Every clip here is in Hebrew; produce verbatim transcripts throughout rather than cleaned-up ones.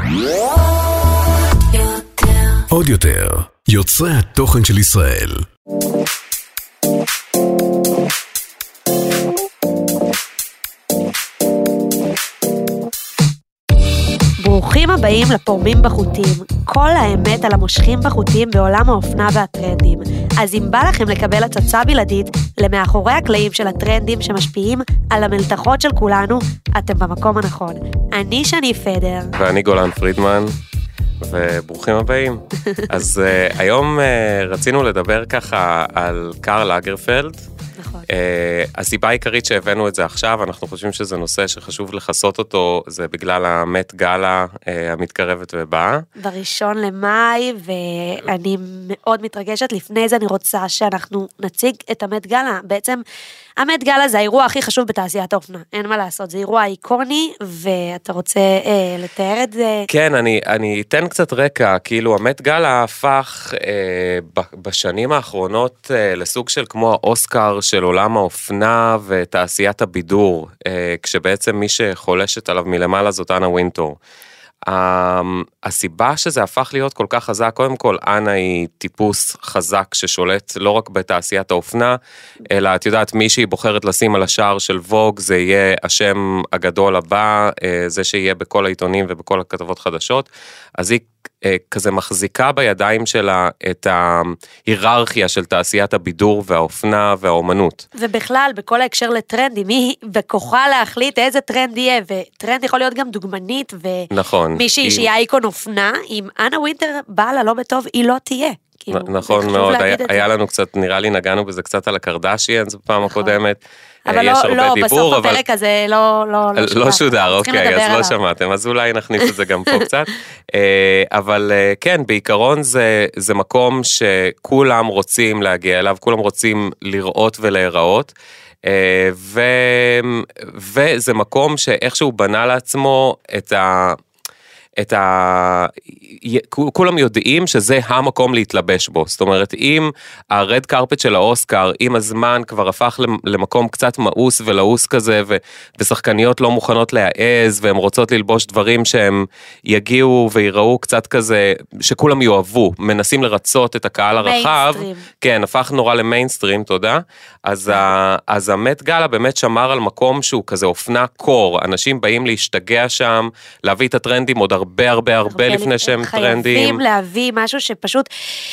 עוד יותר, יוצרי התוכן של ישראל. ברוכים הבאים לפורמים בחוטים, כל האמת על המושכים בחוטים בעולם האופנה והטרנדים. אז אם בא לכם לקבל הצצה בלעדית למאחורי הקלעים של הטרנדים שמשפיעים על המלתחות של כולנו, אתם במקום הנכון. אני שני פדר. ואני גולן פרידמן, וברוכים הבאים. אז uh, היום uh, רצינו לדבר ככה על קרל לגרפלד. נכון. Uh, הסיבה העיקרית שהבאנו את זה עכשיו, אנחנו חושבים שזה נושא שחשוב לחסות אותו, זה בגלל המט גאלה uh, המתקרבת ובאה. בראשון למאי, ואני מאוד מתרגשת. לפני זה אני רוצה שאנחנו נציג את המט גאלה. בעצם המט גאלה זה האירוע הכי חשוב בתעשיית האופנה, אין מה לעשות, זה אירוע איקוני, ואתה רוצה אה, לתאר את זה? כן, אני, אני אתן קצת רקע, כאילו המט גאלה הפך אה, בשנים האחרונות אה, לסוג של כמו האוסקר של עולם האופנה ותעשיית הבידור, אה, כשבעצם מי שחולשת עליו מלמעלה זאת אנה וינטור. הסיבה שזה הפך להיות כל כך חזק, קודם כל, אנה היא טיפוס חזק ששולט לא רק בתעשיית האופנה, אלא את יודעת, מי שהיא בוחרת לשים על השער של ווג, זה יהיה השם הגדול הבא, זה שיהיה בכל העיתונים ובכל הכתבות חדשות, אז היא כזה מחזיקה בידיים שלה את ההיררכיה של תעשיית הבידור והאופנה והאומנות. ובכלל, בכל ההקשר לטרנדים, היא בכוחה להחליט איזה טרנד יהיה, וטרנד יכול להיות גם דוגמנית, ומישהי היא... שהיא אייקון אופנה, אם אנה וינטר באה לה לא בטוב, היא לא תהיה. כאילו, נכון מאוד, היה, היה לנו קצת, נראה לי נגענו בזה קצת על הקרדשיאנס בפעם נכון. הקודמת, אבל לא, לא, דיבור, בסוף אבל... הפרק הזה לא, לא, לא שודר. לא שודר, אוקיי, אז לא שמעתם, אז אולי נכניס את זה גם פה קצת. אבל כן, בעיקרון זה, זה מקום שכולם רוצים להגיע אליו, כולם רוצים לראות ולהיראות, ו, וזה מקום שאיכשהו בנה לעצמו את ה... את ה... כולם יודעים שזה המקום להתלבש בו, זאת אומרת, אם הרד קרפט של האוסקר, אם הזמן כבר הפך למקום קצת מאוס ולאוס כזה, ושחקניות לא מוכנות להעז, והן רוצות ללבוש דברים שהם יגיעו ויראו קצת כזה, שכולם יאהבו, מנסים לרצות את הקהל הרחב, כן, הפך נורא למיינסטרים, תודה, אז, ה... אז המט גאלה באמת שמר על מקום שהוא כזה אופנה קור, אנשים באים להשתגע שם, להביא את הטרנדים עוד הרבה הרבה הרבה לפני שהם טרנדים. חייבים להביא משהו שפשוט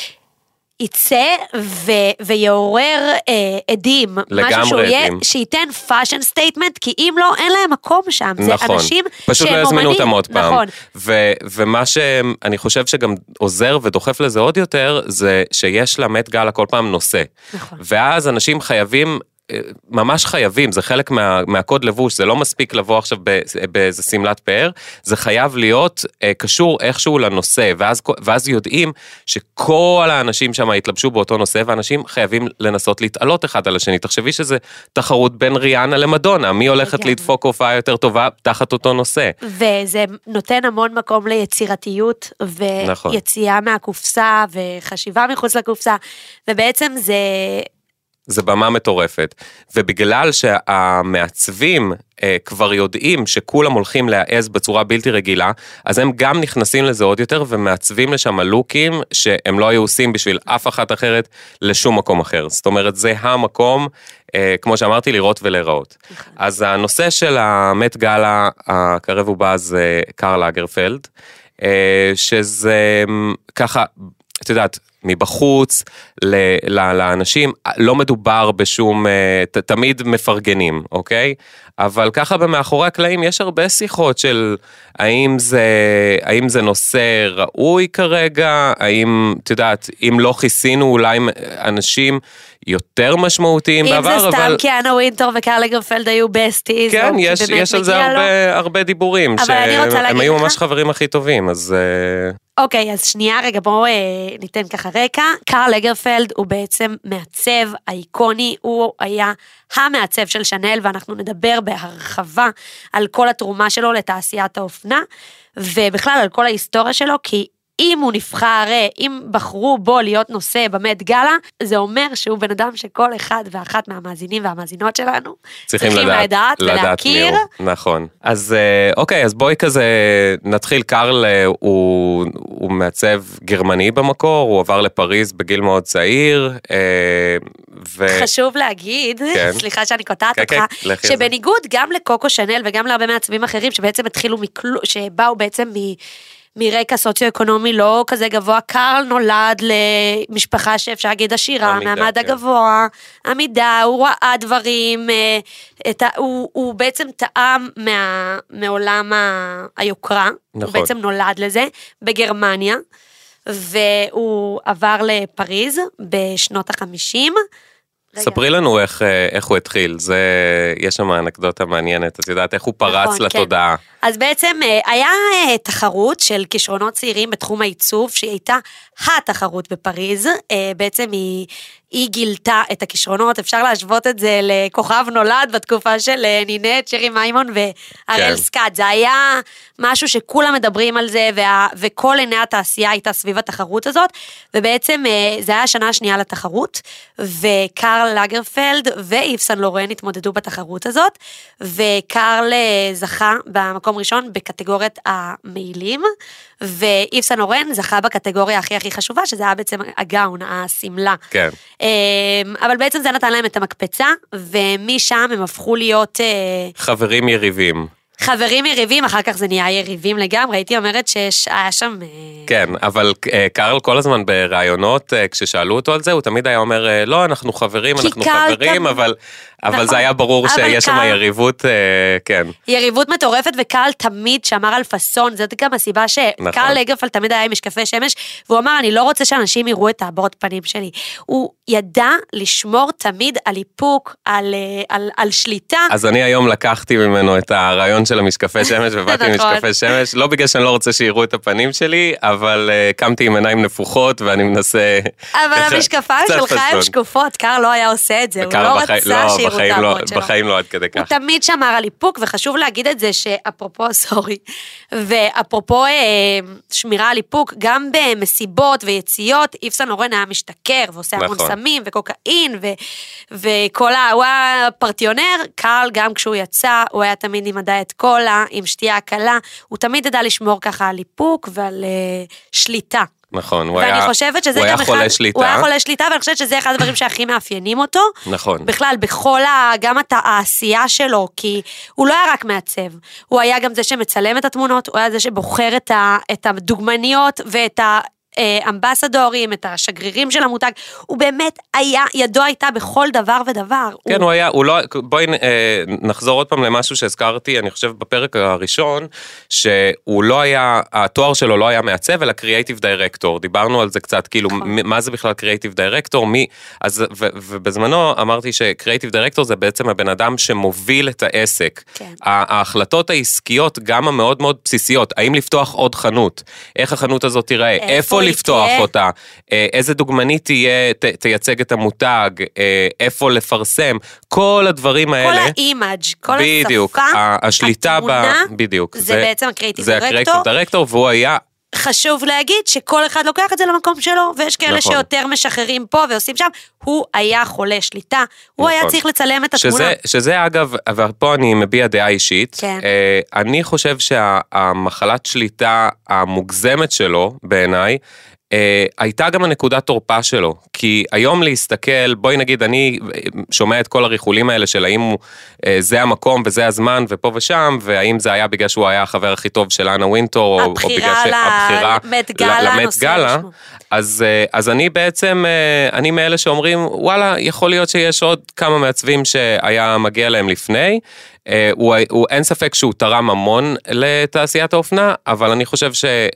יצא ו- ויעורר אה, עדים. לגמרי משהו עדים. יהיה, שייתן פאשן סטייטמנט, כי אם לא, אין להם מקום שם. נכון. זה אנשים פשוט לא יזמינו אותם עוד פעם. נכון. ו- ומה שאני חושב שגם עוזר ודוחף לזה עוד יותר, זה שיש למט גאלה כל פעם נושא. נכון. ואז אנשים חייבים, ממש חייבים, זה חלק מה, מהקוד לבוש, זה לא מספיק לבוא עכשיו באיזה סמלת פאר, זה חייב להיות אה, קשור איכשהו לנושא, ואז, ואז יודעים שכל האנשים שם התלבשו באותו נושא, ואנשים חייבים לנסות להתעלות אחד על השני. תחשבי שזה תחרות בין ריאנה למדונה, מי הולכת לדפוק הופעה יותר טובה תחת אותו נושא. וזה נותן המון מקום ליצירתיות, ויציאה נכון. מהקופסה, וחשיבה מחוץ לקופסה, ובעצם זה... זה במה מטורפת, ובגלל שהמעצבים אה, כבר יודעים שכולם הולכים להעז בצורה בלתי רגילה, אז הם גם נכנסים לזה עוד יותר, ומעצבים לשם הלוקים שהם לא היו עושים בשביל אף אחת אחרת לשום מקום אחר. זאת אומרת, זה המקום, אה, כמו שאמרתי, לראות ולהיראות. אז הנושא של המט גאלה, הקרב ובא, זה קרל לגרפלד, אה, שזה ככה, את יודעת, מבחוץ לאנשים, לא מדובר בשום, ת, תמיד מפרגנים, אוקיי? אבל ככה במאחורי הקלעים יש הרבה שיחות של האם זה, האם זה נושא ראוי כרגע, האם, את יודעת, אם לא כיסינו אולי אנשים יותר משמעותיים בעבר, אבל... אם זה סתם כי אנה וינטור וקרל לגרפלד היו בסטיז, כן, יש, יש על זה הרבה, הרבה דיבורים, שהם היו ממש חברים הכי טובים, אז... אוקיי, אז שנייה רגע, בואו ניתן ככה רקע. קרל לגרפלד הוא בעצם מעצב אייקוני, הוא היה המעצב של שנל, ואנחנו נדבר בהרחבה על כל התרומה שלו לתעשיית האופנה, ובכלל על כל ההיסטוריה שלו, כי אם הוא נבחר, אם בחרו בו להיות נושא באמת גלה, זה אומר שהוא בן אדם שכל אחד ואחת מהמאזינים והמאזינות שלנו צריכים, צריכים לדעת, לדעת ולהכיר. לדעת נכון. אז אוקיי, אז בואי כזה נתחיל. קארל הוא, הוא מעצב גרמני במקור, הוא עבר לפריז בגיל מאוד צעיר. ו... חשוב להגיד, כן. סליחה שאני קוטעת כן, אותך, כן, שבניגוד גם לקוקו שנל וגם להרבה מעצבים אחרים, שבעצם התחילו מכלו, שבאו בעצם מ... מרקע סוציו-אקונומי לא כזה גבוה, קארל נולד למשפחה שאפשר להגיד עשירה, מעמד הגבוה, עמידה, הוא ראה דברים, את ה, הוא, הוא בעצם טעם מה, מעולם היוקרה, נכון. הוא בעצם נולד לזה, בגרמניה, והוא עבר לפריז בשנות החמישים, ספרי לנו איך, איך הוא התחיל, זה, יש שם אנקדוטה מעניינת, את יודעת איך הוא פרץ נכון, לתודעה. כן. אז בעצם היה תחרות של כישרונות צעירים בתחום העיצוב, שהיא הייתה התחרות בפריז, בעצם היא, היא גילתה את הכישרונות, אפשר להשוות את זה לכוכב נולד בתקופה של נינט, שרי מיימון והראל כן. סקאט, זה היה משהו שכולם מדברים על זה, וה, וכל עיני התעשייה הייתה סביב התחרות הזאת, ובעצם זה היה השנה השנייה לתחרות, וקארל לגרפלד ואיב סן לורן התמודדו בתחרות הזאת, וקארל זכה במקום ראשון בקטגוריית המעילים, ואיב סן לורן זכה בקטגוריה הכי הכי חשובה, שזה היה בעצם הגאון, הסמלה. כן. אבל בעצם זה נתן להם את המקפצה, ומשם הם הפכו להיות... חברים יריבים. חברים יריבים, אחר כך זה נהיה יריבים לגמרי, הייתי אומרת שהיה שם... כן, אבל קארל כל הזמן ברעיונות, כששאלו אותו על זה, הוא תמיד היה אומר, לא, אנחנו חברים, אנחנו חברים, אבל... אבל זה היה ברור שיש שם יריבות, כן. יריבות מטורפת, וקארל תמיד שמר על פסון, זאת גם הסיבה שקארל לגרפלד תמיד היה עם משקפי שמש, והוא אמר, אני לא רוצה שאנשים יראו את הבעות פנים שלי. הוא ידע לשמור תמיד על איפוק, על שליטה. אז אני היום לקחתי ממנו את הרעיון של המשקפי שמש, ובאתי עם משקפי שמש, לא בגלל שאני לא רוצה שיראו את הפנים שלי, אבל קמתי עם עיניים נפוחות, ואני מנסה... אבל המשקפיים שלך הם שקופות, קארל לא היה עושה את זה, הוא לא רצה שיראו בחיים לא, בחיים לא עד כדי כך. הוא תמיד שמר על איפוק, וחשוב להגיד את זה שאפרופו, סורי, ואפרופו שמירה על איפוק, גם במסיבות ויציאות, איב סן לורן היה משתכר, ועושה המון סמים וקוקאין, וכל ה... הוא היה פרטיונר, קארל גם כשהוא יצא, הוא היה תמיד עם הדיאט קולה, עם שתייה קלה, הוא תמיד ידע לשמור ככה על איפוק ועל שליטה. נכון, הוא היה, היה, הוא היה חולה אחד, שליטה. הוא היה חולה שליטה, ואני חושבת שזה אחד הדברים שהכי מאפיינים אותו. נכון. בכלל, בכל ה, גם את העשייה שלו, כי הוא לא היה רק מעצב, הוא היה גם זה שמצלם את התמונות, הוא היה זה שבוחר את, ה, את הדוגמניות ואת ה... אמבסדורים, את השגרירים של המותג, הוא באמת היה, ידו הייתה בכל דבר ודבר. כן, הוא, הוא היה, הוא לא, בואי נחזור עוד פעם למשהו שהזכרתי, אני חושב בפרק הראשון, שהוא לא היה, התואר שלו לא היה מעצב, אלא קריאייטיב דירקטור, דיברנו על זה קצת, כאילו, מה זה בכלל קריאייטיב דירקטור, מי, אז, ו, ובזמנו אמרתי שקריאייטיב דירקטור זה בעצם הבן אדם שמוביל את העסק. כן. ההחלטות העסקיות, גם המאוד מאוד בסיסיות, האם לפתוח עוד חנות, איך החנות הזאת תיראה, איפה לפתוח אותה, איזה דוגמנית תהיה, ת, תייצג את המותג, איפה לפרסם, כל הדברים האלה. כל האימאג', כל בדיוק, השפה, השליטה התמונה, ב, בדיוק. זה, זה בעצם הקריאייטיב דירקטור. זה הקריאייטיב דירקטור, והוא היה... חשוב להגיד שכל אחד לוקח את זה למקום שלו, ויש כאלה נכון. שיותר משחררים פה ועושים שם, הוא היה חולה שליטה, הוא נכון. היה צריך לצלם את התמונה. שזה, שזה אגב, ופה אני מביע דעה אישית, כן. אני חושב שהמחלת שליטה המוגזמת שלו, בעיניי, הייתה גם הנקודת תורפה שלו, כי היום להסתכל, בואי נגיד, אני שומע את כל הריחולים האלה של האם הוא, זה המקום וזה הזמן ופה ושם, והאם זה היה בגלל שהוא היה החבר הכי טוב של אנה וינטור, או בגלל שהבחירה למט גלה, אז, אז אני בעצם, אני מאלה שאומרים, וואלה, יכול להיות שיש עוד כמה מעצבים שהיה מגיע להם לפני, הוא, הוא, אין ספק שהוא תרם המון לתעשיית האופנה, אבל אני חושב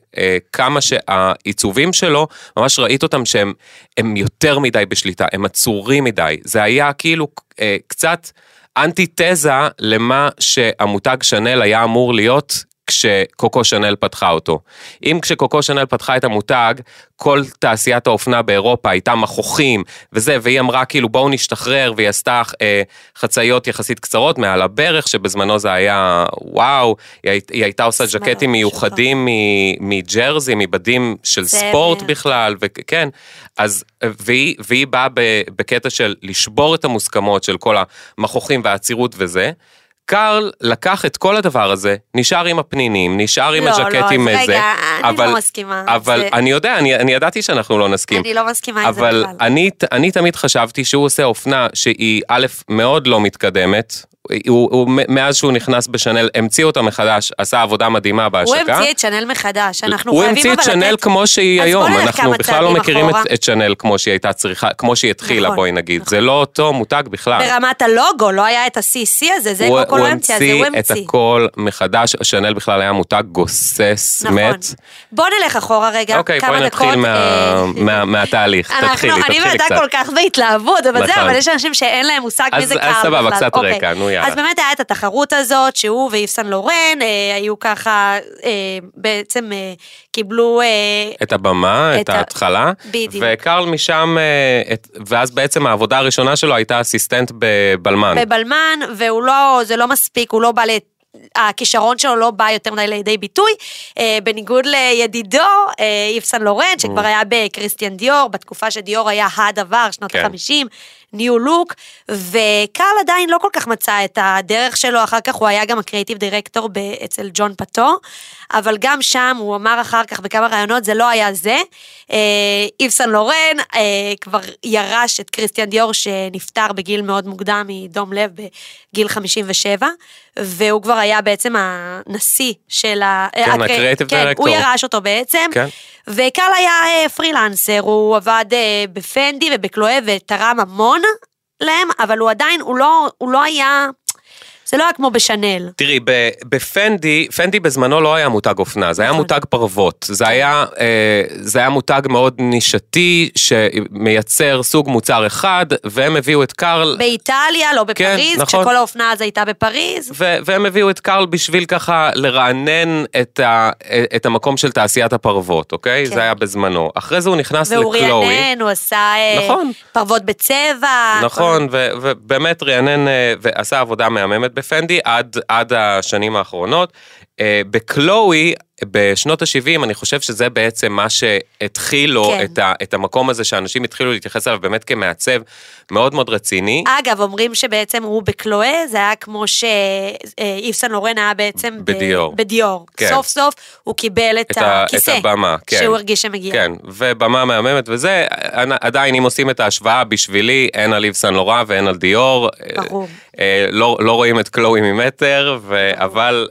שכמה שהעיצובים שלו, ממש ראית אותם שהם הם יותר מדי בשליטה, הם עצורים מדי, זה היה כאילו קצת אנטיתזה למה שהמותג שנל היה אמור להיות כשקוקו שנל פתחה אותו. אם כשקוקו שנל פתחה את המותג, כל תעשיית האופנה באירופה הייתה מכוחים וזה, והיא אמרה כאילו בואו נשתחרר, והיא עשתה אה, חצאיות יחסית קצרות מעל הברך, שבזמנו זה היה וואו, היא, היא הייתה עושה ג'קטים מיוחדים מג'רזי, מבדים של ספורט בכלל, וכן, אז, והיא, והיא באה בקטע של לשבור את המוסכמות של כל המכוחים והעצירות וזה, קרל לקח את כל הדבר הזה, נשאר עם הפנינים, נשאר עם הג'קטים הזה. לא, לא, רגע, אני לא מסכימה. אבל אני יודע, אני ידעתי שאנחנו לא נסכים. אני לא מסכימה עם זה בכלל. אבל אני תמיד חשבתי שהוא עושה אופנה שהיא א' מאוד לא מתקדמת, הוא, הוא, מאז שהוא נכנס בשנל, המציא אותה מחדש, עשה עבודה מדהימה בהשקה. הוא המציא את שנל מחדש, אנחנו הוא חייבים המציא את שנל לתת... כמו שהיא היום, אנחנו בכלל לא מכירים את, אחורה. את שנל כמו שהיא הייתה צריכה, כמו שהיא התחילה, נכון, בואי נגיד, נכון. זה לא אותו מותג בכלל. ברמת הלוגו, לא היה את ה-סי סי הזה, זה הוא, כל המציא הזה, הוא המציא. את הכל מחדש, שנל בכלל היה מותג גוסס, נכון. מת. בוא נלך אחורה רגע, אוקיי, כמה בואי דקות. נתחיל מה, מה, מהתהליך, תתחילי, תתחילי קצת. אני ואתה כל כך בהתלהבות, אבל זה, אבל יש אנשים שאין להם מושג מי זה קהל. אז סבבה, קצת רקע, נו יאללה. אז באמת היה את התחרות הזאת, שהוא ואיב סן לורן, אה, היו ככה, אה, בעצם אה, קיבלו... אה, את הבמה, את, את ההתחלה, בדיוק. וקרל משם, אה, את, ואז בעצם העבודה הראשונה שלו הייתה אסיסטנט בבלמן. בבלמן, והוא לא, זה לא מספיק, הוא לא בא לת... הכישרון שלו לא בא יותר מדי לידי ביטוי, בניגוד לידידו, איב סן לורן, שכבר היה בקריסטיאן דיור, בתקופה שדיור היה הדבר, שנות ה-חמישים, ניו לוק, וקרל עדיין לא כל כך מצא את הדרך שלו, אחר כך הוא היה גם הקריאיטיב דירקטור אצל ג'ון פטו, אבל גם שם הוא אמר אחר כך בכמה רעיונות, זה לא היה זה, איב סן לורן כבר ירש את קריסטיאן דיור, שנפטר בגיל מאוד מוקדם מדום לב, בגיל חמישים ושבע, והוא כבר היה בעצם הנשיא של ה... כן, הקריאיטיב דירקטור. הוא ירש אותו בעצם, כן. וקרל היה פרילנסר, הוא עבד בפנדי ובקלואה, ותרם המון להם, אבל הוא עדיין, הוא לא, הוא לא היה... זה לא היה כמו בשנל. תראי, בפנדי, פנדי בזמנו לא היה מותג אופנה, זה היה מותג פרוות, זה היה, זה היה מותג מאוד נישתי, שמייצר סוג מוצר אחד, והם הביאו את קרל... באיטליה, לא בפריז, כן, נכון. כשכל האופנה אז הייתה בפריז. ו- והם הביאו את קרל בשביל ככה לרענן את, ה- את המקום של תעשיית הפרוות, אוקיי? כן. זה היה בזמנו. אחרי זה הוא נכנס לקלואי. והוא רענן, הוא עשה נכון. פרוות בצבע. נכון, כל... ו- ובאמת רענן ועשה עבודה מהממת בפנדי עד, עד השנים האחרונות. בקלואי, בשנות ה-שבעים, אני חושב שזה בעצם מה שהתחיל לו כן. את, ה, את המקום הזה, שאנשים התחילו להתייחס אליו באמת כמעצב מאוד מאוד רציני. אגב, אומרים שבעצם הוא בקלואה, זה היה כמו שאיב סן לורן היה בעצם בדיור. בדיור. כן. סוף סוף הוא קיבל את, את הכיסא, את הבמה, כן. שהוא הרגיש שמגיע. כן, ובמה מהממת, וזה, עדיין אם עושים את ההשוואה בשבילי, אין על איב סן לורן ואין על דיור. ברור. לא, לא רואים את קלואי ממטר, ו, אבל...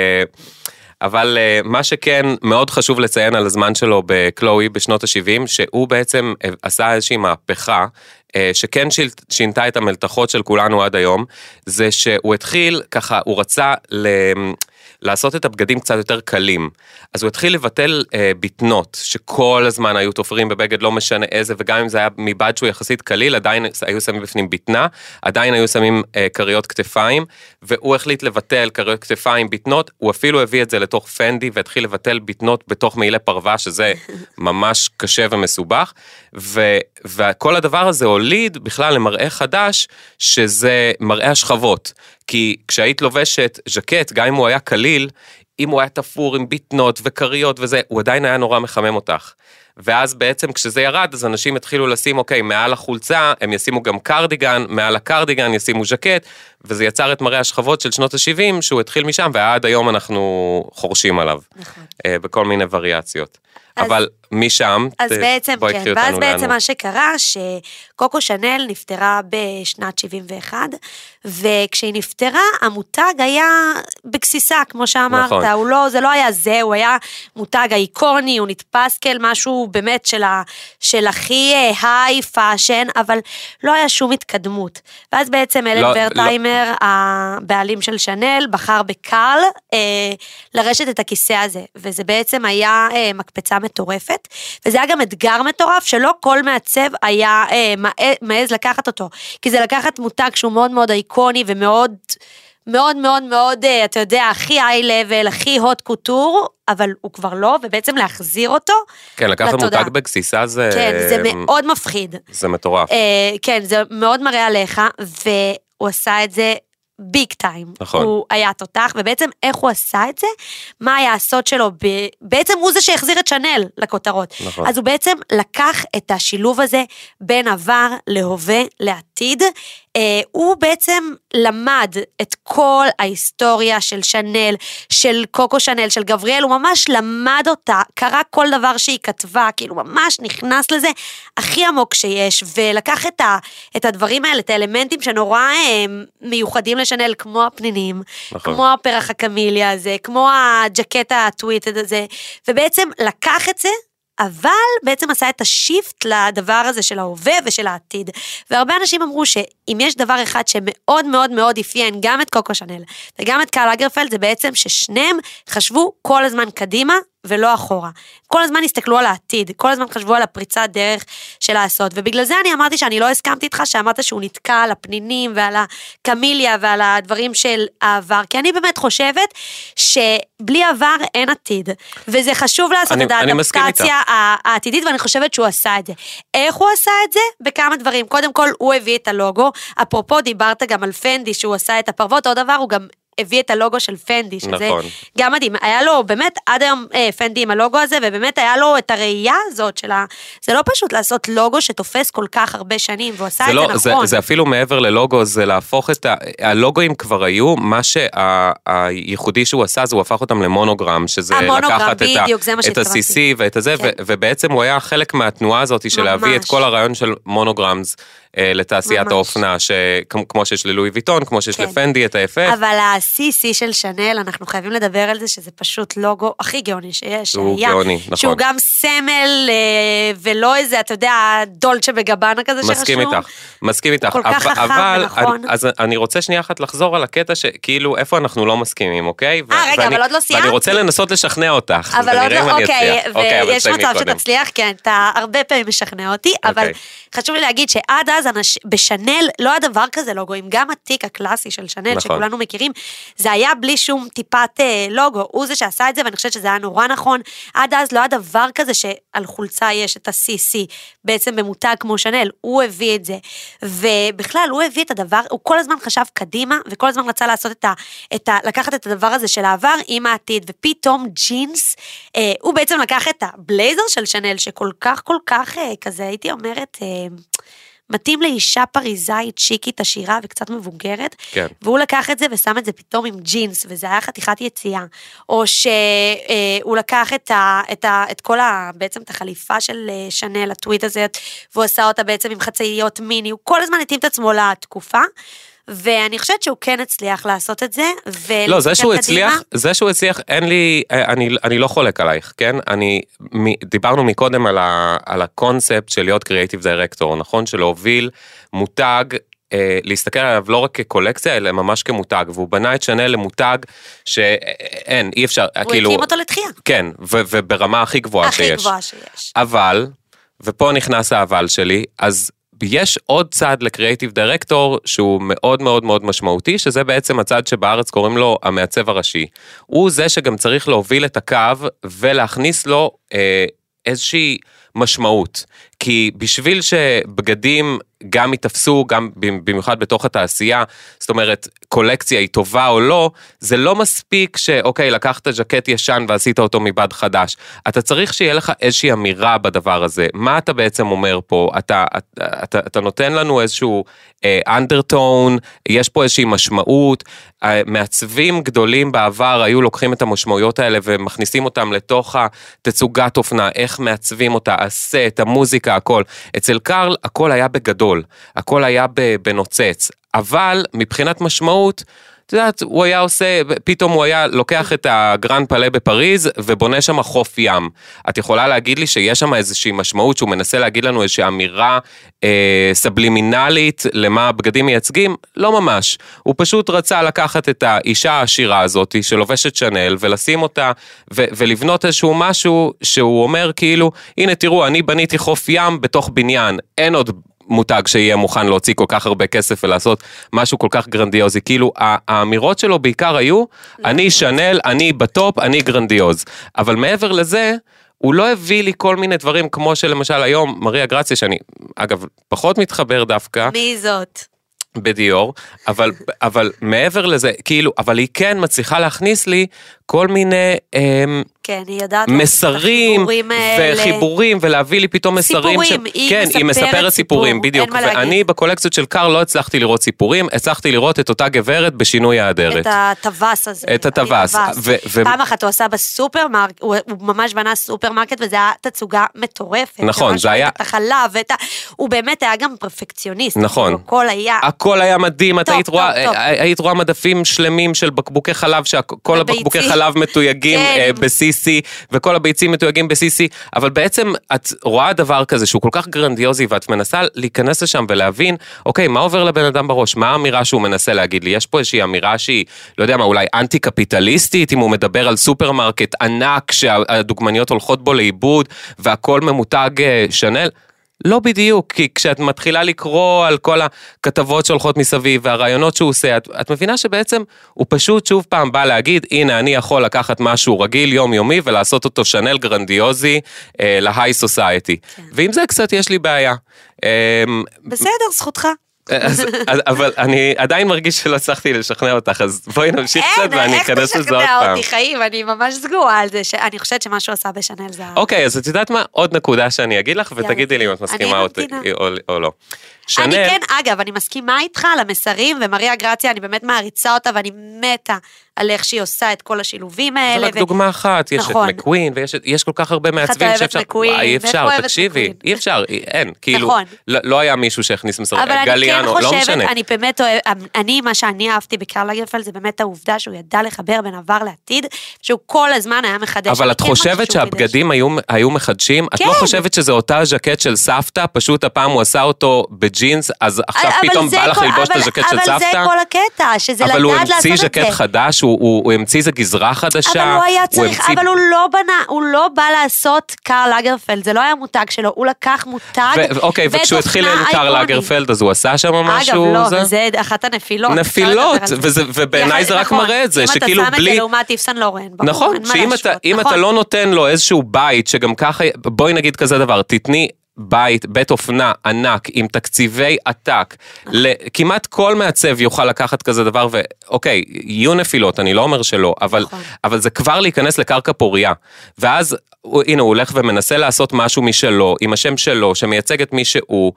אבל uh, מה שכן מאוד חשוב לציין על הזמן שלו בקלואי בשנות ה-שבעים, שהוא בעצם עשה איזושהי מהפכה, uh, שכן שינתה את המלתחות של כולנו עד היום, זה שהוא התחיל ככה, הוא רצה ל... לעשות את הבגדים קצת יותר קלים. אז הוא התחיל לבטל אה, ביטנות, שכל הזמן היו תופרים בבגד, לא משנה איזה, וגם אם זה היה מבד שהוא יחסית קליל, עדיין היו שמים בפנים ביטנה, עדיין היו שמים אה, קריות כתפיים, והוא החליט לבטל קריות כתפיים, ביטנות, הוא אפילו הביא את זה לתוך פנדי, והתחיל לבטל ביטנות בתוך מעילי פרווה, שזה ממש קשה ומסובך, ו, וכל הדבר הזה הוליד בכלל למראה חדש, שזה מראה השכבות, כי כשהיית לובשת ז'קט, גם אם הוא היה קליל, אם הוא היה תפור עם ביטנות וקריות וזה, הוא עדיין היה נורא מחמם אותך. ואז בעצם כשזה ירד, אז אנשים התחילו לשים, אוקיי, מעל החולצה, הם ישימו גם קרדיגן, מעל הקרדיגן ישימו ז'קט, וזה יצר את מראה השכבות של שנות ה-שבעים, שהוא התחיל משם, ועד היום אנחנו חורשים עליו. נכון. בכל מיני וריאציות. אז, אבל משם, אז ת, בעצם, בואי כן, ואז לנו. בעצם מה שקרה, שקוקו שנל נפטרה בשנת שבעים ואחת, וכשהיא נפטרה, המותג היה בגסיסה, כמו שאמרת, נכון. הוא לא, זה לא היה זה, הוא היה מותג האיקוני, הוא נתפס כאל משהו באמת של, ה, של הכי היי פאשן, אבל לא היה שום התקדמות. ואז בעצם אלן לא, ורטהיימר, לא. הבעלים של שנל, בחר בקרל, אה, לרשת את הכיסא הזה, וזה בעצם היה אה, מקפצה מטורפת, וזה היה גם אתגר מטורף, שלא כל מעצב היה אה, מעז לקחת אותו, כי זה לקחת מותג שהוא מאוד מאוד איקוני, ומאוד מאוד מאוד מאוד, אתה יודע, הכי היי-לבל, הכי הוט קוטור, אבל הוא כבר לא, ובעצם להחזיר אותו כן, לקחת מותג בגסיסה זה... כן, זה מאוד מפחיד. זה מטורף. כן, זה מאוד מראה עליך, והוא עשה את זה ביג טיים. נכון. הוא היה תותח, ובעצם איך הוא עשה את זה? מה היה הסוד שלו? בעצם הוא זה שהחזיר את שנל לכותרות. נכון. אז הוא בעצם לקח את השילוב הזה בין עבר להווה לעתיד, הוא בעצם למד את כל ההיסטוריה של שנל, של קוקו שנל, של גבריאל, הוא ממש למד אותה, קרא כל דבר שהיא כתבה, כאילו ממש נכנס לזה הכי עמוק שיש, ולקח את, ה, את הדברים האלה, את האלמנטים שנורא מיוחדים לשנל, כמו הפנינים, נכון. כמו הפרח הקמיליה הזה, כמו הג'קט הטוויטד הזה, ובעצם לקח את זה, אבל בעצם עשה את השיפט לדבר הזה של ההווה ושל העתיד. והרבה אנשים אמרו שאם יש דבר אחד שמאוד מאוד מאוד אפיין גם את קוקו שנל וגם את קרל לגרפלד, זה בעצם ששניהם חשבו כל הזמן קדימה ולא אחורה. כל הזמן הסתכלו על העתיד, כל הזמן חשבו על הפריצת דרך של לעשות, ובגלל זה אני אמרתי שאני לא הסכמתי איתך, שאמרת שהוא נתקע על הפנינים ועל הקמיליה ועל הדברים של העבר, כי אני באמת חושבת שבלי עבר אין עתיד, וזה חשוב לעשות אני, את האדפטציה העתידית, ואני חושבת שהוא עשה את זה. איך הוא עשה את זה? בכמה דברים. קודם כל, הוא הביא את הלוגו, אפרופו דיברת גם על פנדי, שהוא עשה את הפרוות, עוד דבר הוא גם הביא את הלוגו של פנדי, שזה נכון. גם מדהים, היה לו באמת עד היום אה, פנדי עם הלוגו הזה, ובאמת היה לו את הראייה הזאת שלה, זה לא פשוט לעשות לוגו שתופס כל כך הרבה שנים, והוא עשה את לא, זה נכון. זה, זה אפילו מעבר ללוגו, זה להפוך את ה... הלוגוים כבר היו, מה שהייחודי שהוא עשה, זה הוא הפך אותם למונוגרם, שזה לקחת בדיוק, את, ה, את ה-סי סי ואת הזה, כן. ו, ובעצם הוא היה חלק מהתנועה הזאת, של ממש. להביא את כל הרעיון של מונוגרמס, לתעשיית האופנה, כמו שיש ללואי ויטון, כמו שיש לפנדי, את ה-אף אף. אבל ה-סי סי של שנל, אנחנו חייבים לדבר על זה, שזה פשוט לוגו הכי גאוני שיש. הוא גאוני, נכון. שהוא גם סמל, ולא איזה, אתה יודע, דולצ'ה בגבנה כזה שרשום. מסכים איתך, מסכים איתך. כל כך חכם ונכון. אז אני רוצה שנייה אחת לחזור על הקטע, שכאילו, איפה אנחנו לא מסכימים, אוקיי? אה, רגע, אבל עוד לא סיימת. ואני רוצה לנסות לשכנע אותך. אבל עוד לא, אוקיי, ויש מצב שתצליח, כן, אתה הרבה פעמים משכנע אותי, אבל חשוב לי להגיד שעד אז בשנל לא היה דבר כזה לוגוים, גם התיק הקלאסי של שנל, נכון. שכולנו מכירים, זה היה בלי שום טיפת אה, לוגו, הוא זה שעשה את זה, ואני חושבת שזה היה נורא נכון, עד אז לא היה דבר כזה שעל חולצה יש את ה-סי סי, בעצם במותג כמו שנל, הוא הביא את זה, ובכלל הוא הביא את הדבר, הוא כל הזמן חשב קדימה, וכל הזמן רצה לעשות את ה... את ה לקחת את הדבר הזה של העבר עם העתיד, ופתאום ג'ינס, אה, הוא בעצם לקח את הבלייזר של שנל, שכל כך כל כך אה, כזה, הייתי אומרת... אה, מתאים לאישה פריזאית, שיקית, עשירה וקצת מבוגרת, כן. והוא לקח את זה ושם את זה פתאום עם ג'ינס, וזה היה חתיכת יציאה, או שהוא לקח את, ה, את, ה, את כל ה, בעצם את החליפה של שנל, הטוויט הזה, והוא עשה אותה בעצם עם חצאיות מיני, הוא כל הזמן התאים את עצמו לתקופה, ואני חושבת שהוא כן הצליח לעשות את זה, לא, זה שהוא הצליח, זה שהוא הצליח, אין לי, אני, אני לא חולק עלייך, כן? אני, דיברנו מקודם על, ה, על הקונספט של להיות קריאייטיב דירקטור, נכון? של להוביל מותג, אה, להסתכל עליו לא רק כקולקציה, אלא ממש כמותג, והוא בנה את שנל למותג שאין, אי אפשר, הוא כאילו... הקים אותו לתחייה. כן, ו, וברמה הכי גבוהה הכי שיש. הכי גבוהה שיש. אבל, ופה נכנס האבל שלי, אז... יש עוד צד לקריאייטיב דירקטור שהוא מאוד מאוד מאוד משמעותי, שזה בעצם הצד שבארץ קוראים לו המעצב הראשי. הוא זה שגם צריך להוביל את הקו ולהכניס לו אה, איזושהי משמעות. כי בשביל שבגדים גם יתפסו, גם במיוחד בתוך התעשייה, זאת אומרת, קולקציה היא טובה או לא, זה לא מספיק שאוקיי, לקחת ג'קט ישן ועשית אותו מבד חדש. אתה צריך שיהיה לך איזושהי אמירה בדבר הזה. מה אתה בעצם אומר פה? אתה, אתה, אתה, אתה נותן לנו איזשהו אנדרטון, יש פה איזושהי משמעות, מעצבים גדולים בעבר היו לוקחים את המשמעויות האלה ומכניסים אותם לתוך התצוגת אופנה, איך מעצבים אותה, הסט, המוזיקה, הכל. אצל קרל הכל היה בגדול, הכל היה בנוצץ, אבל מבחינת משמעות, את יודעת, הוא היה עושה, פתאום הוא היה לוקח את הגרנד פלה בפריז, ובונה שם חוף ים. את יכולה להגיד לי שיש שם איזושהי משמעות, שהוא מנסה להגיד לנו איזושהי אמירה אה, סבלימינלית, למה הבגדים מייצגים? לא ממש. הוא פשוט רצה לקחת את האישה העשירה הזאת, שלובשת שנל, ולשים אותה, ו- ולבנות איזשהו משהו, שהוא אומר כאילו, הנה תראו, אני בניתי חוף ים בתוך בניין, אין עוד... מותג שיהיה מוכן להוציא כל כך הרבה כסף ולעשות משהו כל כך גרנדיוזי, כאילו האמירות שלו בעיקר היו, אני שנל, אני בטופ, אני גרנדיוז, אבל מעבר לזה, הוא לא הביא לי כל מיני דברים, כמו שלמשל היום, מריה גרציה, שאני אגב פחות מתחבר דווקא. מי זאת? בדיור, אבל, אבל מעבר לזה, כאילו, אבל היא כן מצליחה להכניס לי כל מיני כן, היא יודעת מסרים וחיבורים, ולהביא לי פתאום מסרים. סיפורים, ש... היא כן, מספרת, היא מספרת סיפורים, בדיוק. ואני בקולקציות של קארל לא הצלחתי לראות סיפורים, הצלחתי לראות את אותה גברת בשינוי האדרת. את הטווס הזה. את הטווס. ו... ו... פעם אחת הוא עשה בסופרמרקט, הוא, הוא ממש בנה סופרמרקט, וזה היה תצוגה מטורפת. נכון, זה היה... את החלב, ואת ה... הוא באמת היה גם פרפקציוניסט. נכון. הכל היה... הכל היה מדהים, את היית רואה, היית רואה מדפים שלמים של בקבוקי חלב, שכל הבקבוקי חלב מתויגים ב-סי סי, וכל הביצים מתויגים ב-סי סי, אבל בעצם את רואה דבר כזה שהוא כל כך גרנדיוזי, ואת מנסה להיכנס לשם ולהבין, אוקיי, מה עובר לבן אדם בראש? מה האמירה שהוא מנסה להגיד לי? יש פה איזושהי אמירה שהיא, לא יודע מה, אולי אנטי-קפיטליסטית, אם הוא מדבר על סופרמרקט ענק, שהדוגמניות הולכות בו לאיבוד, והכל ממותג שנל? לא בדיוק, כי כשאת מתחילה לקרוא על כל הכתבות שהולכות מסביב, והרעיונות שהוא עושה, את, את מבינה שבעצם הוא פשוט שוב פעם בא להגיד, הנה אני יכול לקחת משהו רגיל יומיומי, ולעשות אותו שנל גרנדיוזי אה, להיי סוסייטי. כן. ועם זה קצת יש לי בעיה. אה, בסדר, זכותך. אז, אז, אבל אני עדיין מרגיש שלא הצלחתי לשכנע אותך, אז בואי נמשיך קצת ואני אכנס לזה עוד פעם. איך תשכנע אותי חיים, אני ממש סגורה על זה, שאני חושבת שמשהו עשה בשנל זה... אוקיי, אז את יודעת מה? עוד נקודה שאני אגיד לך, ותגידי לי אם את מסכימה אותי או לא. אני כן, אגב, אני מסכימה איתך על המסרים, ומריה גרציה, אני באמת מעריצה אותה, ואני מתה על איך שהיא עושה את כל השילובים האלה. זה רק דוגמה אחת, יש את מקווין, ויש כל כך הרבה מעצבים שאפשר, אי אפשר, תקשיבי, אי אפשר, אין, כאילו, לא היה מישהו שהכניס מסרים, גליאנו, לא משנה. אני באמת אוהב, אני, מה שאני אהבתי בקרל לגרפלד, זה באמת העובדה שהוא ידע לחבר בין עבר לעתיד, שהוא כל הזמן היה מחדש. אבל את חושבת שהבגדים היו מחדשים? את לא חושבת שזה אותה ז'קט של סבתא, פשוט הפעם הוא עשה אותו בג'ינס, אז עכשיו פתאום בא לך ללבוש את הז'קט של סבתא? אבל זה כל הקטע, שזה לדעת לעשות את זה. אבל הוא המציא ז'קט חדש, הוא המציא איזה גזרה חדשה. אבל הוא היה צריך, אבל הוא לא בנה, הוא לא בא לעשות קרל לגרפלד, זה לא היה מותג שלו, הוא לקח מותג. אוקיי, וכשהוא התחיל עם קרל לגרפלד, אז הוא עשה שם משהו? אגב, לא, זה אחת הנפילות. נפילות, ובעיניי זה רק מראה את זה, שכאילו בלי... אם אתה שם את זה לעומת איף סן לורן, נכון, שאם אתה לא נותן לו איזשהו בית, שגם ככה, בואי נגיד כזה דבר, תתני בית, בית אופנה ענק, עם תקציבי עתק, כמעט כל מעצב יוכל לקחת כזה דבר, ואוקיי, יהיו נפילות, אני לא אומר שלא, אבל, אבל זה כבר להיכנס לקרקע פוריה, ואז, הנה, הוא הולך ומנסה לעשות משהו משלו, עם השם שלו, שמייצג את מי שהוא,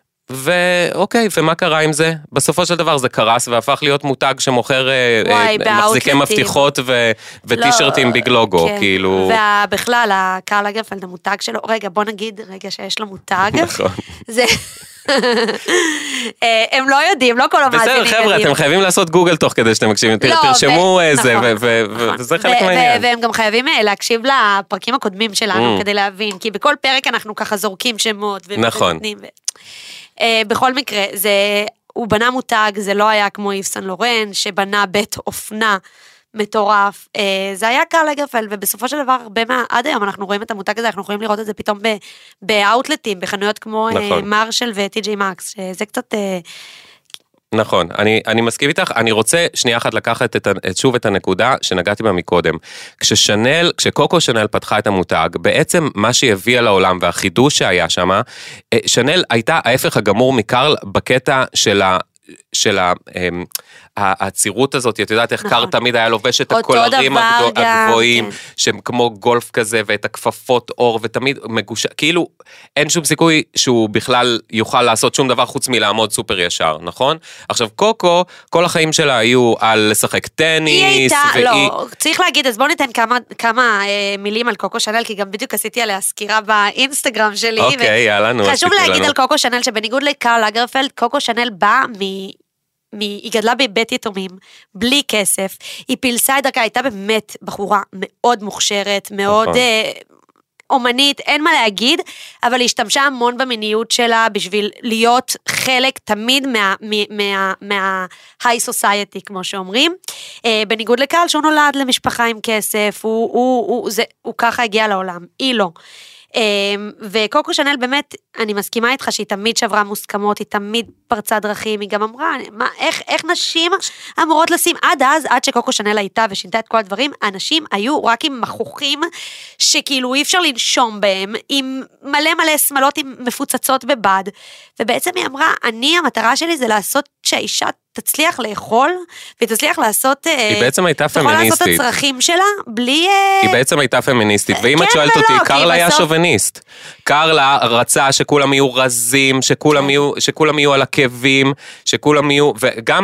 ואוקיי, ומה קרה עם זה? בסופו של דבר זה קרס, והפך להיות מותג שמוכר מחזיקי מבטיחות וטישרטים ביג לוגו, כאילו... ובכלל, הקרל לגרפלד, המותג שלו, רגע, בוא נגיד, רגע שיש לו מותג, זה... הם לא יודעים, לא כל המאזינים יודעים. בסדר, חבר'ה, אתם חייבים לעשות גוגל תוך כדי שאתם מקשיבים, תרשמו איזה, וזה חלק מהעניין. והם גם חייבים להקשיב לפרקים הקודמים שלנו, כדי להבין, כי בכל פרק אנחנו ככה זורקים שמות, נכון. בכל מקרה, זה, הוא בנה מותג, זה לא היה כמו איף סן לורן, שבנה בית אופנה מטורף, זה היה קרל לגרפלד, ובסופו של דבר, הרבה מה, עד היום אנחנו רואים את המותג הזה, אנחנו יכולים לראות את זה פתאום באוטלטים, בחנויות כמו נכון. מרשל וטי ג'יי מקס, שזה קצת... נכון, אני, אני מסכים איתך, אני רוצה שנייה אחת לקחת את, את, שוב את הנקודה שנגעתי בה מקודם. כששנל, כשקוקו שנל פתחה את המותג, בעצם מה שהיא הביאה לעולם והחידוש שהיה שם, שנל הייתה ההפך הגמור מקרל בקטע של ה... של ה... הצירות הזאת, את יודעת איך קר תמיד היה לובש את הקולרים הגבוהים, שהם כמו גולף כזה, ואת הכפפות אור, ותמיד מגוש... כאילו, אין שום סיכוי שהוא בכלל יוכל לעשות שום דבר חוץ מלעמוד סופר ישר, נכון? עכשיו, קוקו, כל החיים שלה היו על לשחק טניס, היא הייתה, לא, צריך להגיד, אז בואו ניתן כמה, כמה מילים על קוקו שנל, כי גם בדיוק עשיתי עליה סקירה באינסטגרם שלי, אוקיי, יאללה, נו, חשוב להגיד על קוקו שנל, שבניגוד לקרל לגרפלד, קוקו שנל בא מ... היא גדלה בבית יתומים, בלי כסף, היא פילסה את דרכה, הייתה באמת בחורה מאוד מוכשרת, מאוד אה, אומנית, אין מה להגיד, אבל היא השתמשה המון במיניות שלה, בשביל להיות חלק תמיד מה-high society, כמו שאומרים, אה, בניגוד לקרל, שהוא נולד למשפחה עם כסף, הוא, הוא, הוא, זה, הוא ככה הגיע לעולם, היא לא. וקוקו שנל באמת, אני מסכימה איתך שהיא תמיד שברה מוסכמות, היא תמיד פרצה דרכים, היא גם אמרה, מה, איך, איך נשים אמורות לשים, עד אז, עד שקוקו שנל הייתה ושינתה את כל הדברים, אנשים היו רק עם מחוכים, שכאילו אי אפשר לנשום בהם, עם מלא מלא שמלות עם מפוצצות בבד, ובעצם היא אמרה, אני, המטרה שלי זה לעשות שהאישה תצליח לאכול, והיא תצליח לעשות, היא בעצם הייתה פמיניסטית. תוכל לעשות את הצרכים שלה, בלי... היא בעצם הייתה פמיניסטית, ואם את שואלת אותי, קרל היה שוביניסט. קרל רצה שכולם יהיו רזים, שכולם יהיו, שכולם יהיו על עקבים, שכולם יהיו, וגם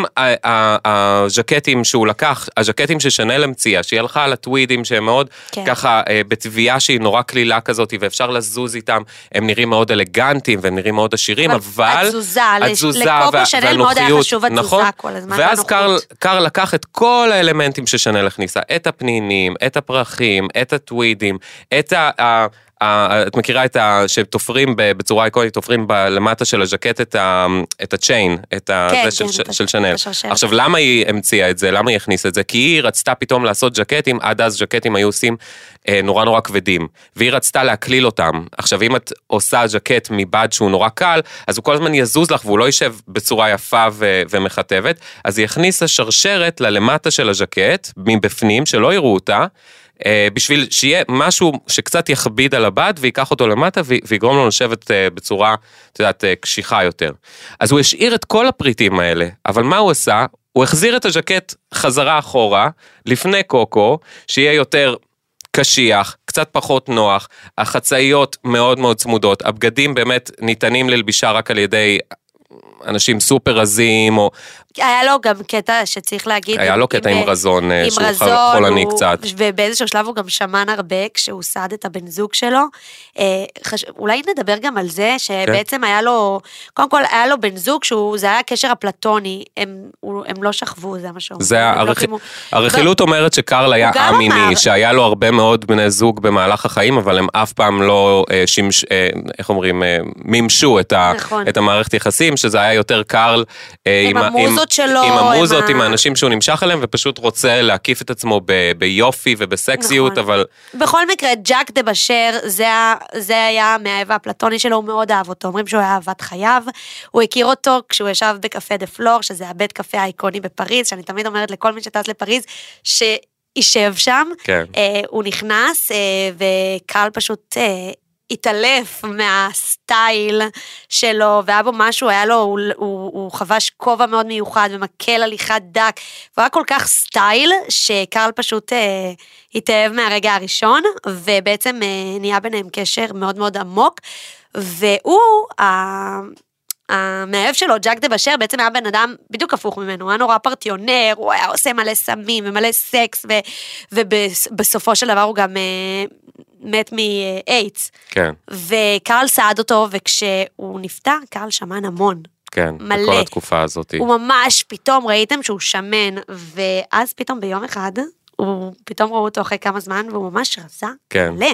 הז'קטים שהוא לקח, הז'קטים ששנל המציאה, שהיא הלכה על הטווידים שהם מאוד ככה בתביעה שהיא נורא כלילה כזאת, ואפשר לזוז איתם, הם נראים מאוד אלגנטיים, והם נראים מאוד עשירים, אבל התזוזה והנוחיות, נכון? ואז קרל, קרל לקח את כל האלמנטים ששנל הכניסה, את הפנינים, את הפרחים, את הטווידים, את ה... את מכירה את ה... שתופרים בצורה איקונית, תופרים למטה של הז'קט את ה... את הצ'יין, את ה... כן, זה כן, של, את של שנל. השרשרת. עכשיו, למה היא המציאה את זה? למה היא הכניסה את זה? כי היא רצתה פתאום לעשות ז'קטים, עד אז ז'קטים היו עושים אה, נורא נורא כבדים, והיא רצתה להקליל אותם. עכשיו, אם את עושה ז'קט מבד שהוא נורא קל, אז הוא כל הזמן יזוז לך, והוא לא יישב בצורה יפה ו... ומחטבת, אז היא הכניסה שרשרת ללמטה של הז'קט, מבפנים, שלא יראו אותה, בשביל שיהיה משהו שקצת יכביד על הבד, ויקח אותו למטה, ויגרום לו לשבת בצורה, את יודעת, קשיחה יותר. אז הוא השאיר את כל הפריטים האלה, אבל מה הוא עשה? הוא החזיר את הז'קט חזרה אחורה, לפני קוקו, שיהיה יותר קשיח, קצת פחות נוח, החצאיות מאוד מאוד צמודות, הבגדים באמת ניתנים ללבישה רק על ידי אנשים סופר רזים, או... היה לו גם קטע שצריך להגיד... היה לו קטע עם רזון, שהוא חולני קצת. ובאיזשהו שלב הוא גם שמן הרבה, כשהוא סעד את הבן זוג שלו. אולי נדבר גם על זה, שבעצם היה לו... קודם כל, היה לו בן זוג, זה היה הקשר הפלטוני, הם לא שכבו, זה מה שאומר. הרכילות אומרת שקרל היה א-מיני, שהיה לו הרבה מאוד בני זוג במהלך החיים, אבל הם אף פעם לא, איך אומרים, מימשו את המערכת יחסים, שזה היה יותר קרל עם המוזות שלו, עם המוזות, עם האנשים שהוא נמשך אליהם, ופשוט רוצה להקיף את עצמו ביופי ובסקסיות, אבל... בכל מקרה, ג'אק דה בשר, זה היה מהאהבה הפלטוני שלו, הוא מאוד אהב אותו, אומרים שהוא היה אהבת חייו, הוא הכיר אותו כשהוא ישב בקפה דה פלור, שזה הבית קפה האיקוני בפריז, שאני תמיד אומרת לכל מי שטס לפריז, שישב שם, הוא נכנס, וקרל פשוט... התעלף מהסטייל שלו, והיה בו משהו, היה לו, הוא, הוא, הוא חבש כובע מאוד מיוחד, ומקל הליכה דק, והוא היה כל כך סטייל, שקרל פשוט אה, התאהב מהרגע הראשון, ובעצם אה, נהיה ביניהם קשר מאוד מאוד עמוק, והוא, אה, המאהב שלו, ג'אק דה בשר, בעצם היה בן אדם בדיוק הפוך ממנו, הוא היה נורא פרטיונר, הוא היה עושה מלא סמים ומלא סקס, ובסופו של דבר הוא גם מת מאיידס. כן. וקרל סעד אותו, וכשהוא נפטר, קרל שמן המון. כן, מלא. בכל התקופה הזאת. הוא ממש, פתאום ראיתם שהוא שמן, ואז פתאום ביום אחד, הוא פתאום ראו אותו אחרי כמה זמן, והוא ממש רזה. כן. מלא.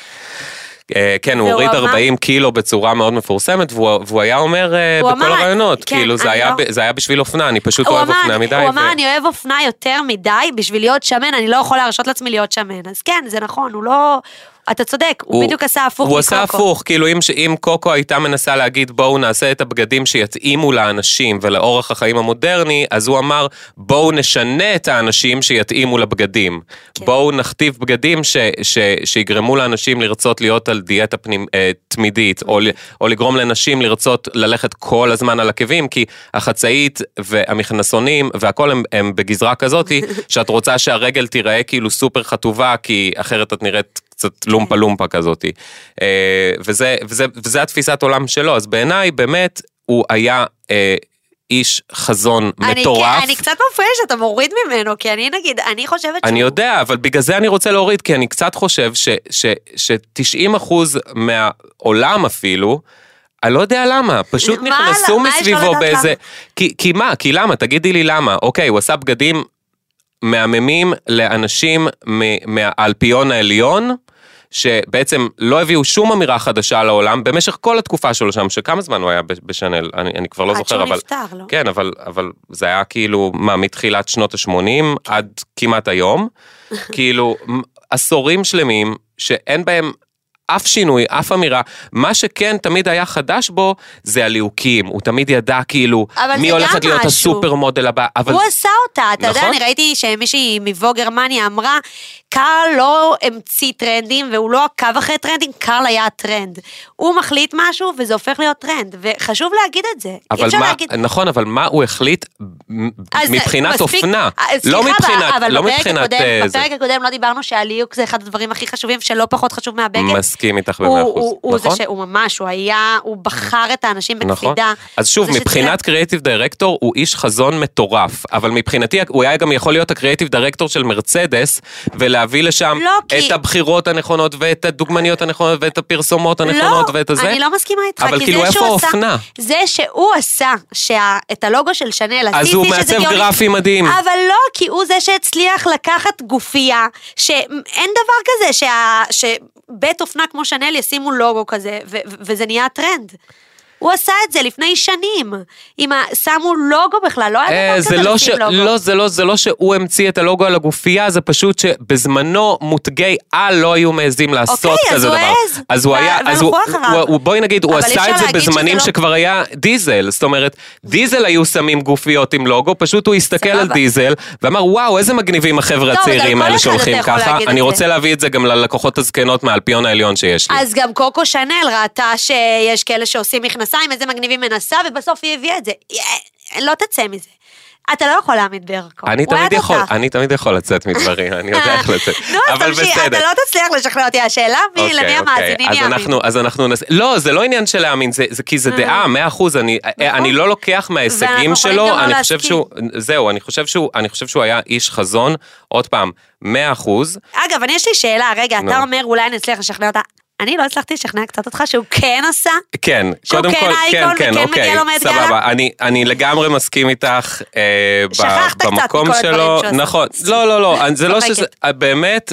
כן, הוא הוריד ארבעים קילו בצורה מאוד מפורסמת, והוא היה אומר בכל הרעיונות, כאילו זה היה בשביל אופנה, אני פשוט אוהב אופנה מדי. הוא אמר, אני אוהב אופנה יותר מדי, בשביל להיות שמן, אני לא יכול להרשות לעצמי להיות שמן, אז כן, זה נכון, הוא לא... אתה צודק, הוא בדיוק עשה הפוך מקוקו. הוא עשה הפוך, כאילו אם קוקו הייתה מנסה להגיד, בואו נעשה את הבגדים שיתאימו לאנשים ולאורח החיים המודרני, אז הוא אמר, בואו נשנה את האנשים שיתאימו לבגדים. בואו נכתיב בגדים שיגרמו לאנשים לרצות להיות על דיאטה תמידית, או לגרום לנשים לרצות ללכת כל הזמן על עקבים, כי החצאית והמכנסונים והכל הם בגזרה כזאת, שאת רוצה שהרגל תיראה כאילו סופר חטובה, כי אחרת את נראית קצת לומפה לומפה כזאת, וזה, וזה, וזה התפיסת עולם שלו, אז בעיניי באמת הוא היה איש חזון מטורף. אני קצת מפריע שאתה מוריד ממנו, כי אני נגיד, אני חושבת שהוא... אני יודע, אבל בגלל זה אני רוצה להוריד, כי אני קצת חושב ש-תשעים אחוז מהעולם אפילו, אני לא יודע למה, פשוט נכנסו מסביבו באיזה... כי מה? כי למה? תגידי לי למה. אוקיי, הוא עשה בגדים מהממים לאנשים מהאלפיון העליון, שבעצם לא הביאו שום אמירה חדשה לעולם, במשך כל התקופה שלו שם, שכמה זמן הוא היה בשנל, אני, אני כבר לא זוכר, אבל... נפטר, לא? כן, אבל, אבל זה היה כאילו, מה, מתחילת שנות ה-שמונים, עד כמעט היום, כאילו, עשורים שלמים, שאין בהם אף שינוי, אף אמירה, מה שכן תמיד היה חדש בו, זה הליהוקים, הוא תמיד ידע כאילו, מי הולכת להיות הסופר מודל הבא, אבל... הוא עשה אותה, אתה יודע, אני ראיתי שמישהי מבוא גרמניה אמרה, קארל לא המציא טרנדים, והוא לא עקב אחרי טרנדים, קארל היה הטרנד. הוא מחליט משהו, וזה הופך להיות טרנד, וחשוב להגיד את זה. אבל מה, נכון, אבל מה הוא החליט מבחינת אופנה? לא מבחינת, לא מבחינת... בפרק הקודם לא דיברנו שהליהוק זה אחד הדברים הכי חשובים, שלא פחות חשוב מהבגד. מסכים איתך במאה אחוז, הוא זה שהוא ממש, הוא היה, הוא בחר את האנשים בקפידה. אז שוב, מבחינת קריאטיב דירקטור, הוא איש חזון מטורף, אבל מבחינתי, הוא היה גם יכול להיות הקריאטיב דירקטור של מרצדס, ולהביא לשם את הבחירות הנכונות, ואת הדוגמניות הנכונות, ואת הפרסומות הנכונות, ואת הזה. אני לא מסכימה איתך, אבל כאילו איפה האופנה? זה שהוא עשה, את הלוגו של שנל, אז הוא מעצב גרפי מדהים. אבל לא, כי הוא זה שהצליח לקחת גופייה, שאין דבר כזה, שבית אופנה כמו שנל ישימו לוגו כזה, וזה נהיה טרנד. הוא עשה את זה לפני שנים, אם שמו לוגו בכלל, לא היה דבר כזה לשים לוגו. לא, זה לא, זה לא שהוא המציא את הלוגו על הגופייה, זה פשוט שבזמנו מותגי על לא היו מעזים לעשות כזה דבר. אז הוא היה, אז הוא, בואי נגיד, הוא עשה את זה בזמנים שכבר היה דיזל, זאת אומרת, דיזל היו שמים גופיות עם לוגו, פשוט הוא הסתכל על דיזל, ואמר, וואו, איזה מגניבים החבר'ה הצעירים האלה שהולכים ככה, אני רוצה להביא את זה גם ללקוחות הזקנות מהאלפיון העליון שיש לי. אז גם קוקו שנל ראתה שיש כאלה שעושים מכנסיים, איזה מגניבים מנסה, ובסוף היא הביאה את זה. לא תצא מזה. אתה לא יכול להעמיד בערכו. אני תמיד יכול, אני תמיד יכול לצאת מדברים, אני יודע איך לצאת. אבל בסדר. אתה לא תצליח לשכנע אותי, השאלה מי, למי המאזינים יאמין. אז אנחנו, לא, זה לא עניין של להאמין, כי זה דעה, מאה אחוז, אני לא לוקח מההישגים שלו, אני חושב שהוא, זהו, אני חושב שהוא היה איש חזון, עוד פעם, מאה אחוז. אגב, אני יש לי שאלה, רגע, אתה אומר, אולי נצליח לשכנע אותה. אני לא הצלחתי לשכנע קצת אותך שהוא כן עשה? כן, קודם כל, כן, כן, אוקיי, סבבה, אני לגמרי מסכים איתך במקום שלו, נכון, לא, לא, לא, זה לא שזה, באמת,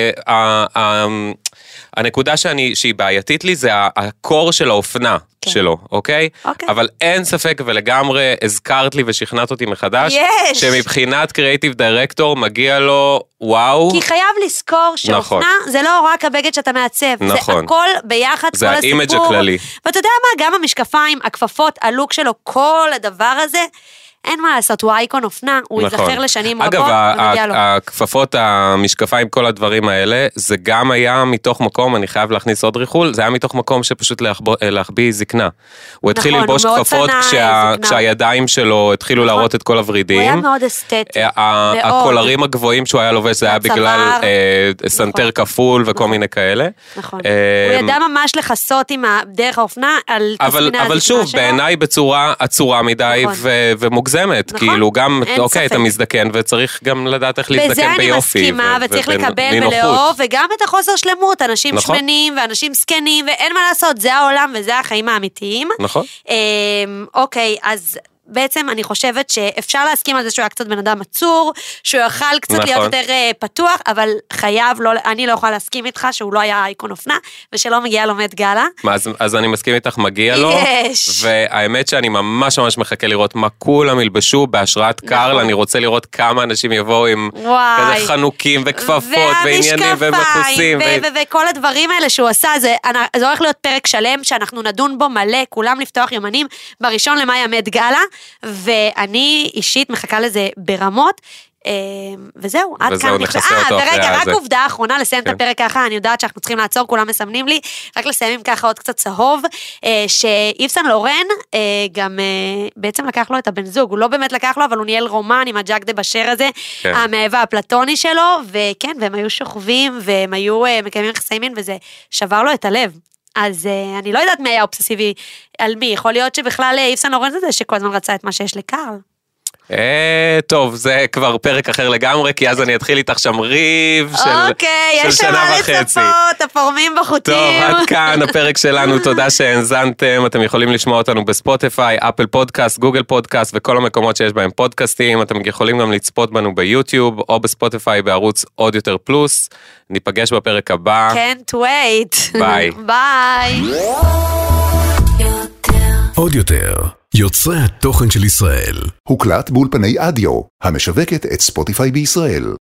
הנקודה שהיא בעייתית לי זה הקור של האופנה שלו, אוקיי? אבל אין ספק ולגמרי הזכרת לי ושכנעת אותי מחדש, שמבחינת קריאיטיב דירקטור מגיע לו וואו. כי חייב לזכור שאופנה זה לא רק הבגד שאתה מעצב, זה הכל ביחד, כל הסיפור. זה האימג' הכללי. ואתה יודע מה, גם המשקפיים, הכפפות, הלוק שלו, כל הדבר הזה, אין מה לעשות, הוא אייקון אופנה, הוא ייזכר לשנים רבות. אגב, הכפפות, המשקפיים, כל הדברים האלה, זה גם היה מתוך מקום, אני חייב להכניס עוד ריחול, זה היה מתוך מקום שפשוט להחביא זקנה. הוא התחיל ללבוש כפפות כשהידיים שלו התחילו להראות את כל הוורידים. הוא היה מאוד אסתטי. הקולרים הגבוהים שהוא היה לובש, זה היה בגלל סנטר כפול וכל מיני כאלה. נכון. הוא ידע ממש לחסות עם דרך האופנה על תסמיני הזקנה שלו. אבל שוב, בעיניי בצורה עצורה מדי ומוגזמת. כאילו גם, אוקיי, אתה מזדקן, וצריך גם לדעת איך להזדקן ביופי. בזה אני מסכימה, וצריך לקבל ולאהוב, וגם את החוסר שלמות, אנשים שמנים, ואנשים סקנים, ואין מה לעשות, זה העולם, וזה החיים האמיתיים. נכון. אוקיי, אז בעצם אני חושבת שאפשר להסכים על זה שהוא היה קצת בן אדם עצור, שהוא יוכל קצת נכון. להיות יותר פתוח, אבל חייב, לא, אני לא יכולה להסכים איתך שהוא לא היה אייקון אופנה, ושלא מגיע לו מת גאלה. אז, אז אני מסכים איתך, מגיע לו, יש. והאמת שאני ממש ממש מחכה לראות מה כולם ילבשו בהשראת נכון. קארל, אני רוצה לראות כמה אנשים יבואו עם וואי. כזה חנוקים וכפפות ועניינים ומחוסים. וכל הדברים האלה שהוא עשה, זה, זה הולך להיות פרק שלם שאנחנו נדון בו מלא, כולם לפתוח יומנים, בראשון למאי המת גאלה, ואני אישית מחכה לזה ברמות, וזהו, עד כאן נכנסה. אה, ורגע, רק עובדה האחרונה, לסיים את הפרק ככה, אני יודעת שאנחנו צריכים לעצור, כולם מסמנים לי, רק לסיים עם ככה עוד קצת צהוב, שאיב סן לורן גם בעצם לקח לו את הבן זוג, הוא לא באמת לקח לו, אבל הוא ניהל רומן עם הג'אק דה בשר הזה, המאהבה הפלטוני שלו, וכן, והם היו שוכבים, והם היו מקיימים יחסי מין, וזה שבר לו את הלב. אז uh, אני לא יודעת מי היה אובססיבי על מי, יכול להיות שבכלל איב סן לורן זה שכל הזמן רצה את מה שיש לקארל. אה, טוב, זה כבר פרק אחר לגמרי, כי אז אני אתחיל איתך שם ריב של, אוקיי, של שנה וחצי. אוקיי, יש שם לצפות, הפורמים בחוטים. טוב, עד כאן הפרק שלנו, תודה שהנזנתם, אתם יכולים לשמוע אותנו בספוטיפיי, אפל פודקאסט, גוגל פודקאסט, וכל המקומות שיש בהם פודקאסטים, אתם יכולים גם לצפות בנו ביוטיוב, או בספוטיפיי בערוץ עוד יותר פלוס, ניפגש בפרק הבא. Can't wait. ביי. ביי. עוד יותר. יוצרי התוכן של ישראל. הוקלט באולפני אדיו, המשווקת את ספוטיפיי בישראל.